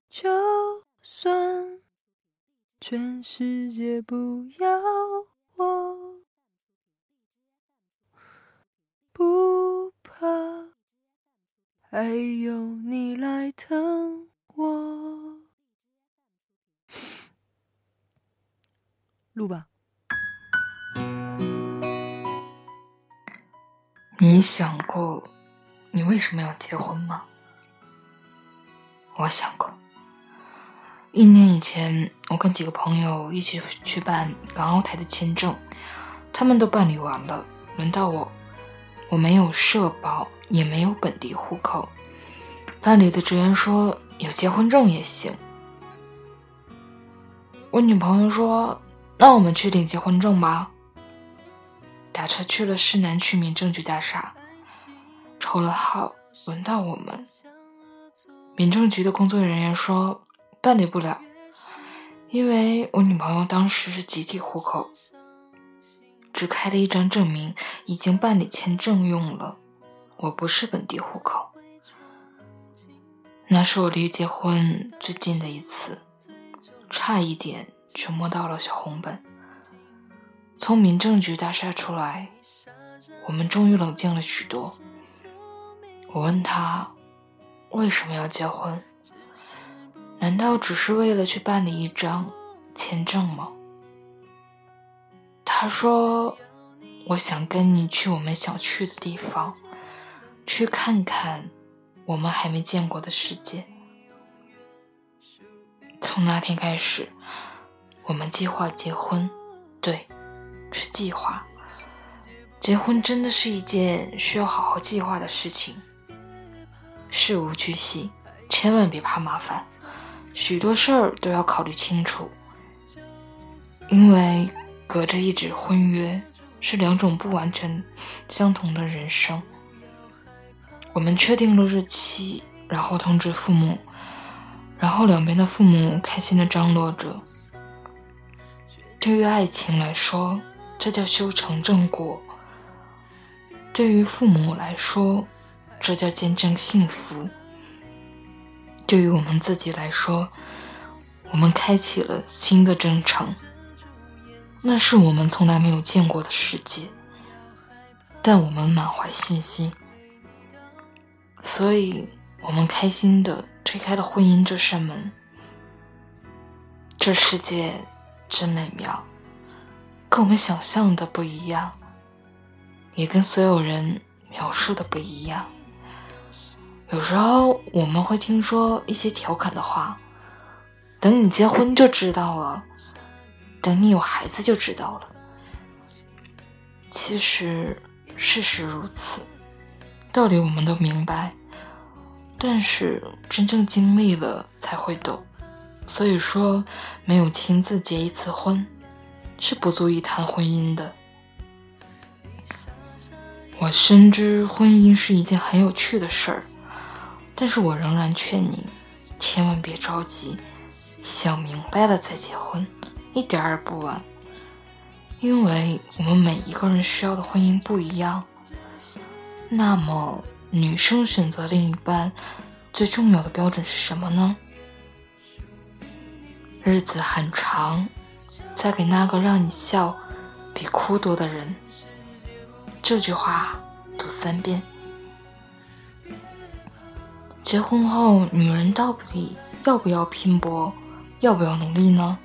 就算全世界不要我，不怕，还有你来疼我。录吧。 你想过你为什么要结婚吗？我想过。1年以前，我跟几个朋友一起去办港澳台的签证，他们都办理完了，轮到我没有社保，也没有本地户口。办理的职员说有结婚证也行。我女朋友说，那我们去领结婚证吧。打车去了市南区民政局大厦，抽了号，轮到我们。民政局的工作人员说办理不了，因为我女朋友当时是集体户口，只开了一张证明，已经办理签证用了，我不是本地户口。那是我离结婚最近的一次，差一点就摸到了小红本。从民政局大厦出来，我们终于冷静了许多。我问他为什么要结婚？难道只是为了去办理一张签证吗？他说，我想跟你去我们想去的地方，去看看我们还没见过的世界。从那天开始，我们计划结婚，对，是计划。结婚真的是一件需要好好计划的事情。事无巨细，千万别怕麻烦，许多事儿都要考虑清楚。因为隔着一纸婚约，是2种不完全相同的人生。我们确定了日期，然后通知父母，然后两边的父母开心地张罗着。对于爱情来说，这叫修成正果；对于父母来说，这叫见证幸福；对于我们自己来说，我们开启了新的征程。那是我们从来没有见过的世界，但我们满怀信心，所以我们开心地推开了婚姻这扇门。这世界真美妙，跟我们想象的不一样，也跟所有人描述的不一样。有时候我们会听说一些调侃的话，等你结婚就知道了，等你有孩子就知道了。其实事实如此，道理我们都明白，但是真正经历了才会懂。所以说，没有亲自结一次婚，是不足以谈婚姻的。我深知婚姻是一件很有趣的事儿，但是我仍然劝你，千万别着急，想明白了再结婚，一点儿也不晚。因为我们每一个人需要的婚姻不一样。那么，女生选择另一半最重要的标准是什么呢？日子很长，嫁给那个让你笑比哭多的人。这句话读3遍。结婚后，女人到底要不要拼搏，要不要努力呢？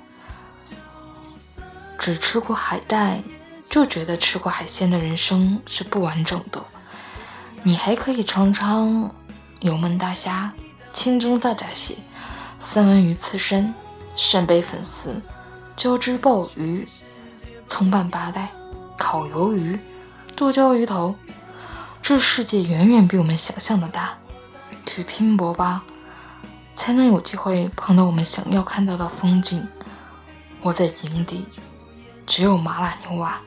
只吃过海带，就觉得吃过海鲜的人生是不完整的。你还可以尝尝油焖大虾、清蒸大闸蟹、三文鱼刺身、扇贝粉丝、椒汁鲍鱼、葱拌八带、烤鱿鱼、剁椒鱼头。这世界远远比我们想象的大，去拼搏吧，才能有机会碰到我们想要看到的风景。我在井底，只有麻辣牛蛙。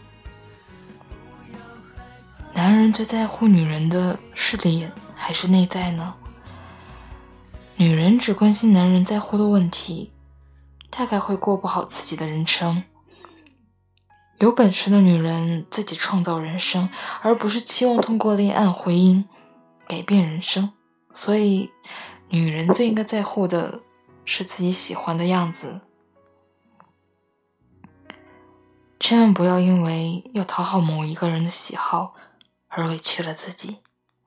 男人最在乎女人的是脸还是内在呢？女人只关心男人在乎的问题，大概会过不好自己的人生。有本事的女人自己创造人生，而不是期望通过恋爱婚姻改变人生。所以女人最应该在乎的是自己喜欢的样子。千万不要因为要讨好某一个人的喜好而委屈了自己。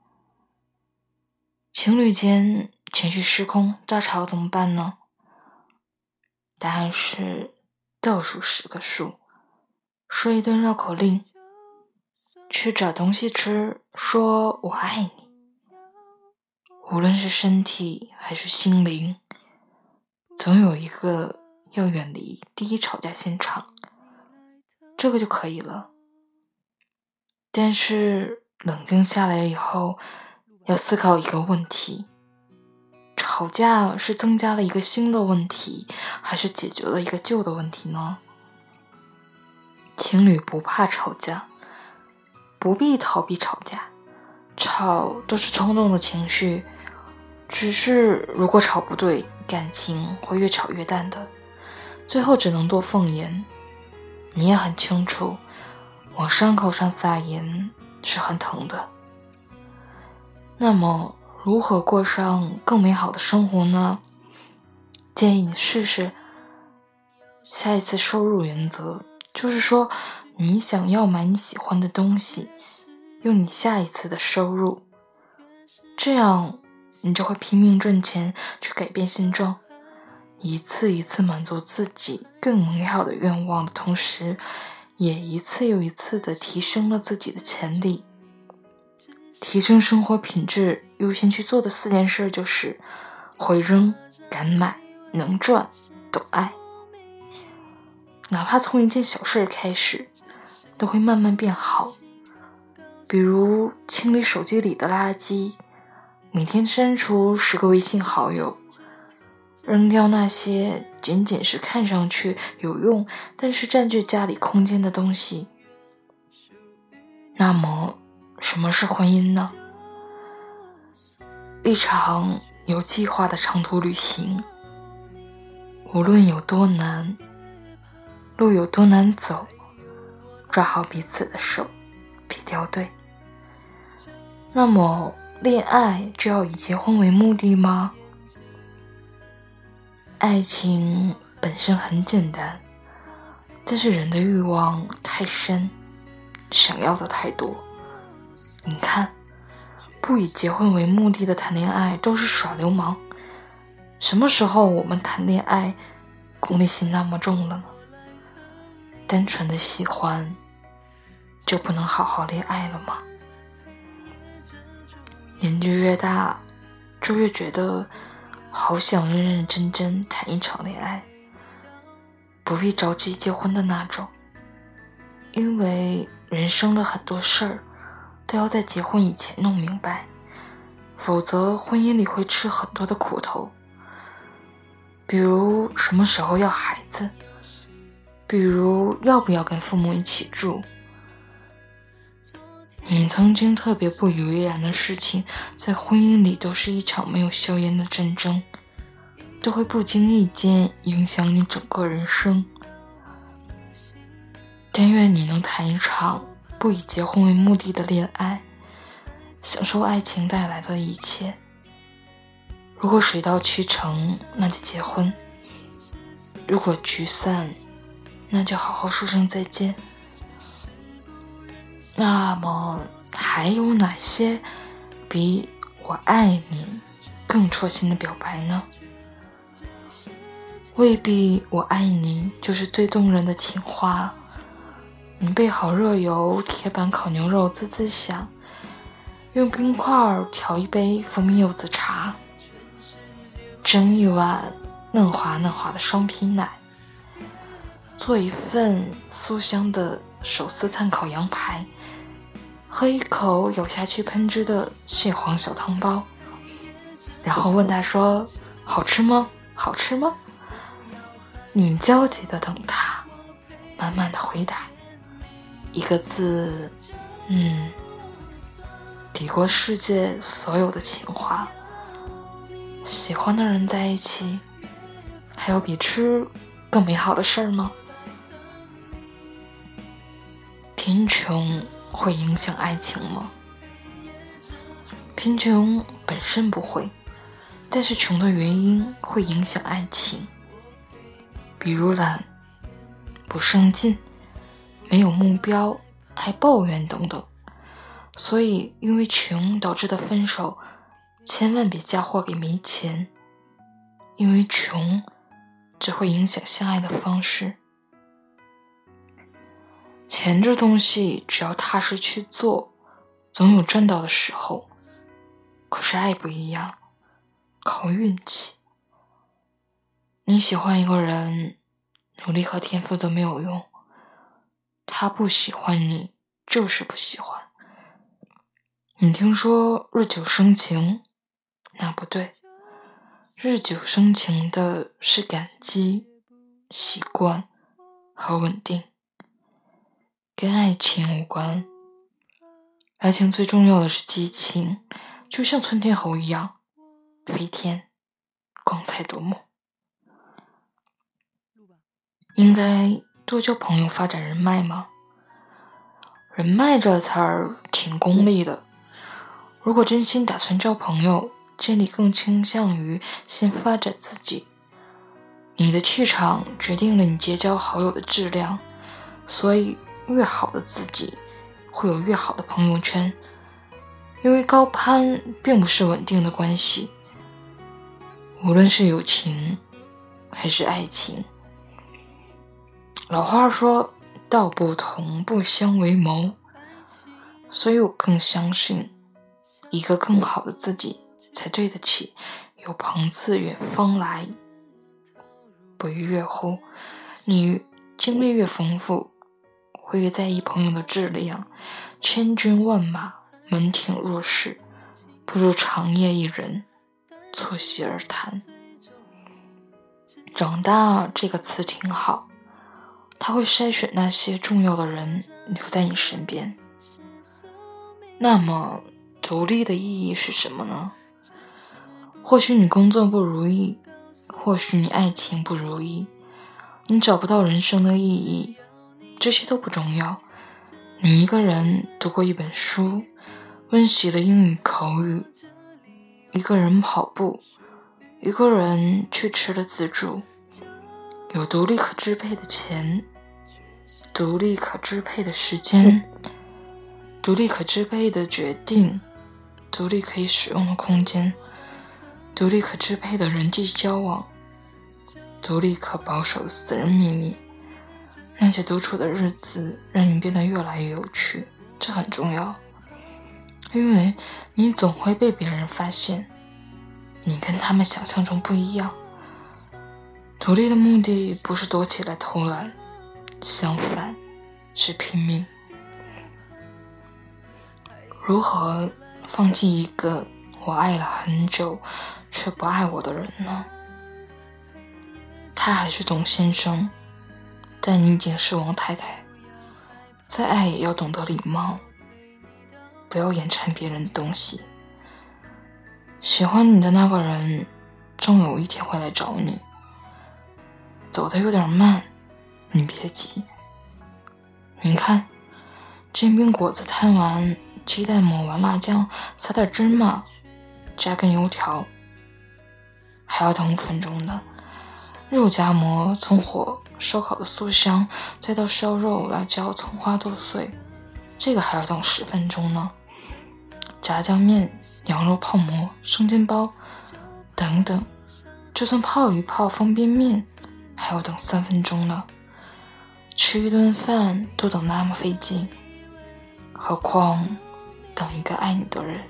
情侣间情绪失控大吵怎么办呢？答案是倒数10个数，说一顿绕口令，去找东西吃，说我爱你。无论是身体还是心灵，总有一个要远离第一吵架现场，这个就可以了。但是冷静下来以后，要思考一个问题，吵架是增加了一个新的问题，还是解决了一个旧的问题呢？情侣不怕吵架，不必逃避吵架，吵都是冲动的情绪，只是如果吵不对，感情会越吵越淡的，最后只能多奉言。你也很清楚，往伤口上撒盐是很疼的。那么如何过上更美好的生活呢？建议你试试下一次收入原则，就是说你想要买你喜欢的东西，用你下一次的收入，这样你就会拼命赚钱去改变现状，一次一次满足自己更美好的愿望的同时，也一次又一次地提升了自己的潜力。提升生活品质优先去做的4件事就是会扔、敢买、能赚、懂爱。哪怕从一件小事开始，都会慢慢变好。比如清理手机里的垃圾，每天删除10个微信好友，扔掉那些仅仅是看上去有用，但是占据家里空间的东西。那么什么是婚姻呢？一场有计划的长途旅行，无论有多难，路有多难走，抓好彼此的手，别掉队。那么恋爱就要以结婚为目的吗？爱情本身很简单，但是人的欲望太深，想要的太多。你看，不以结婚为目的的谈恋爱都是耍流氓。什么时候我们谈恋爱功利心那么重了呢？单纯的喜欢就不能好好恋爱了吗？年纪越大，就越觉得好想认认真真谈一场恋爱，不必着急结婚的那种。因为人生的很多事儿都要在结婚以前弄明白，否则婚姻里会吃很多的苦头。比如什么时候要孩子，比如要不要跟父母一起住。你曾经特别不以为然的事情，在婚姻里都是一场没有硝烟的战争，都会不经意间影响你整个人生。但愿你能谈一场不以结婚为目的的恋爱，享受爱情带来的一切。如果水到渠成，那就结婚；如果聚散，那就好好说声再见。那么还有哪些比我爱你更戳心的表白呢？未必我爱你就是最动人的情话。你备好热油，铁板烤牛肉滋滋响，用冰块调一杯蜂蜜柚子茶，蒸一碗嫩滑嫩滑的双皮奶，做一份酥香的手撕炭烤羊排，喝一口咬下去喷汁的蟹黄小汤包，然后问他说好吃吗？好吃吗？你焦急地等他慢慢地回答一个字，抵过世界所有的情话。喜欢的人在一起，还有比吃更美好的事儿吗？贫穷会影响爱情吗？贫穷本身不会， 但是穷的原因会影响爱情，比如懒、不上进、没有目标、还抱怨等等。所以因为穷导致的分手，千万别嫁祸给没钱，因为穷只会影响相爱的方式。钱这东西只要踏实去做，总有赚到的时候。可是爱不一样，靠运气。你喜欢一个人，努力和天赋都没有用，他不喜欢你就是不喜欢。你听说日久生情，那不对，日久生情的是感激、习惯和稳定，跟爱情无关。爱情最重要的是激情，就像窜天猴一样飞天，光彩夺目。应该多交朋友，发展人脉吗？人脉这词儿挺功利的，如果真心打算交朋友，这里更倾向于先发展自己。你的气场决定了你结交好友的质量，所以越好的自己会有越好的朋友圈。因为高攀并不是稳定的关系，无论是友情还是爱情。老话说道不同不相为谋，所以我更相信一个更好的自己才对得起有朋自远方来。不亦乐乎，你经历越丰富，会越在意朋友的质量。千军万马，门庭若市，不如长夜一人，促膝而谈。长大这个词挺好，它会筛选那些重要的人留在你身边。那么独立的意义是什么呢？或许你工作不如意，或许你爱情不如意，你找不到人生的意义，这些都不重要。你一个人读过一本书，温习了英语口语，一个人跑步，一个人去吃了自助，有独立可支配的钱，独立可支配的时间，独立可支配的决定，独立可以使用的空间，独立可支配的人际交往，独立可保守的私人秘密。那些独处的日子让你变得越来越有趣，这很重要，因为你总会被别人发现你跟他们想象中不一样。独立的目的不是躲起来偷懒，相反是拼命。如何放弃一个我爱了很久却不爱我的人呢？他还是董先生，但你已经是王太太。再爱也要懂得礼貌，不要眼馋别人的东西。喜欢你的那个人终有一天会来找你，走得有点慢，你别急。你看，煎饼果子摊完，鸡蛋抹完辣酱，撒点芝麻，加根油条，还要等5分钟呢。肉夹馍从火烧烤的酥香，再到烧肉、辣椒、葱花剁碎，这个还要等10分钟呢。炸酱面、羊肉泡馍、生煎包等等，就算泡一泡方便面还要等3分钟呢。吃一顿饭都等那么费劲，何况等一个爱你的人。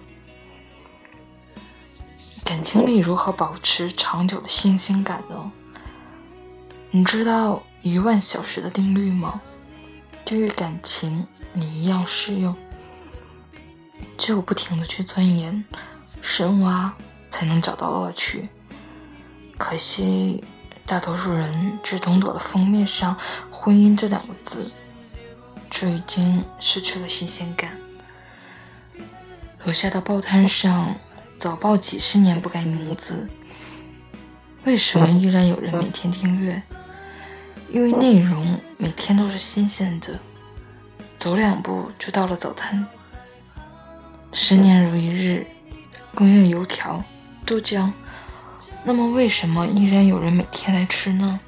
感情里如何保持长久的新鲜感呢？你知道10000小时的定律吗？对于感情你一样适用，只有不停地去钻研深挖才能找到乐趣。可惜大多数人只懂得了封面上婚姻这2个字，就已经失去了新鲜感。楼下的报摊上早报几10年不改名字，为什么依然有人每天订阅？因为内容每天都是新鲜的，走2步就到了早餐。10年如一日，供应油条、豆浆、 那么为什么依然有人每天来吃呢？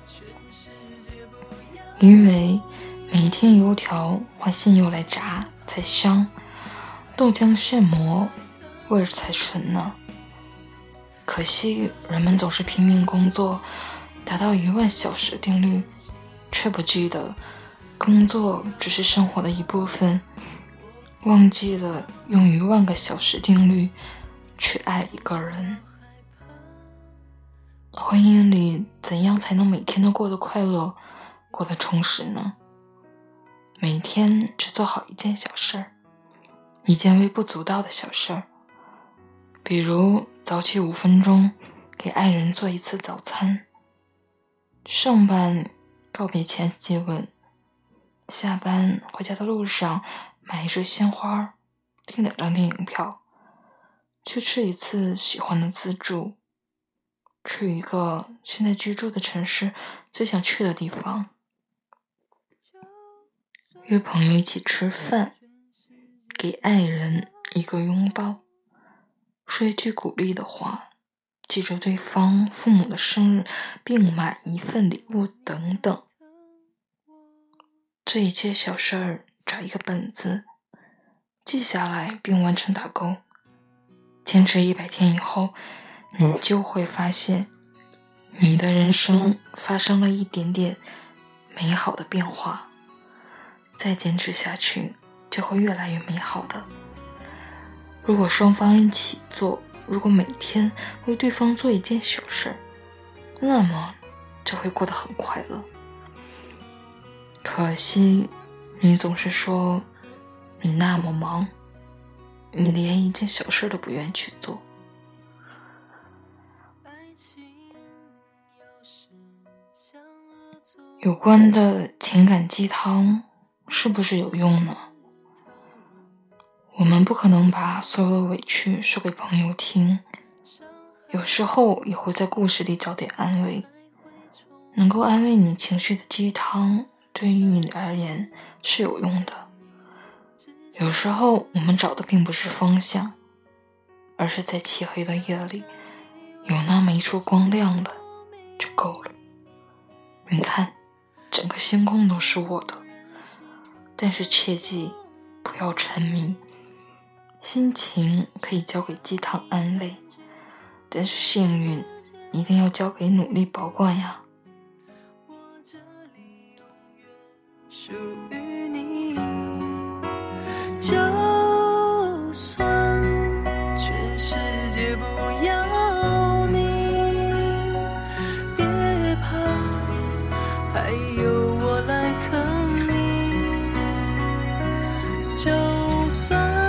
因为每天油条换新油来炸才香，豆浆现磨味儿才纯呢。可惜人们总是拼命工作，达到10000小时定律，却不记得工作只是生活的一部分，忘记了用10000个小时定律去爱一个人。婚姻里怎样才能每天都过得快乐，过得充实呢？每天只做好一件小事儿，一件微不足道的小事儿，比如早起5分钟给爱人做一次早餐，上班告别前接吻，下班回家的路上买一束鲜花，订2张电影票，去吃一次喜欢的自助，去一个现在居住的城市最想去的地方，约朋友一起吃饭，给爱人一个拥抱，说一句鼓励的话，记住对方父母的生日并买一份礼物等等。这一切小事儿找一个本子记下来并完成打勾，坚持100天以后，你就会发现你的人生发生了一点点美好的变化，再坚持下去就会越来越美好的。如果双方一起做，如果每天为对方做一件小事，那么就会过得很快乐。可惜你总是说你那么忙，你连一件小事都不愿去做。有关的情感鸡汤是不是有用呢？我们不可能把所有的委屈说给朋友听，有时候也会在故事里找点安慰。能够安慰你情绪的鸡汤对于你而言是有用的。有时候我们找的并不是方向，而是在漆黑的夜里有那么一束光亮了就够了。你看，整个星空都是我的，但是切记不要沉迷。心情可以交给鸡汤安慰，但是幸运一定要交给努力保管呀。 属于你，就算全世界不要你，别怕，还有我来疼你。就算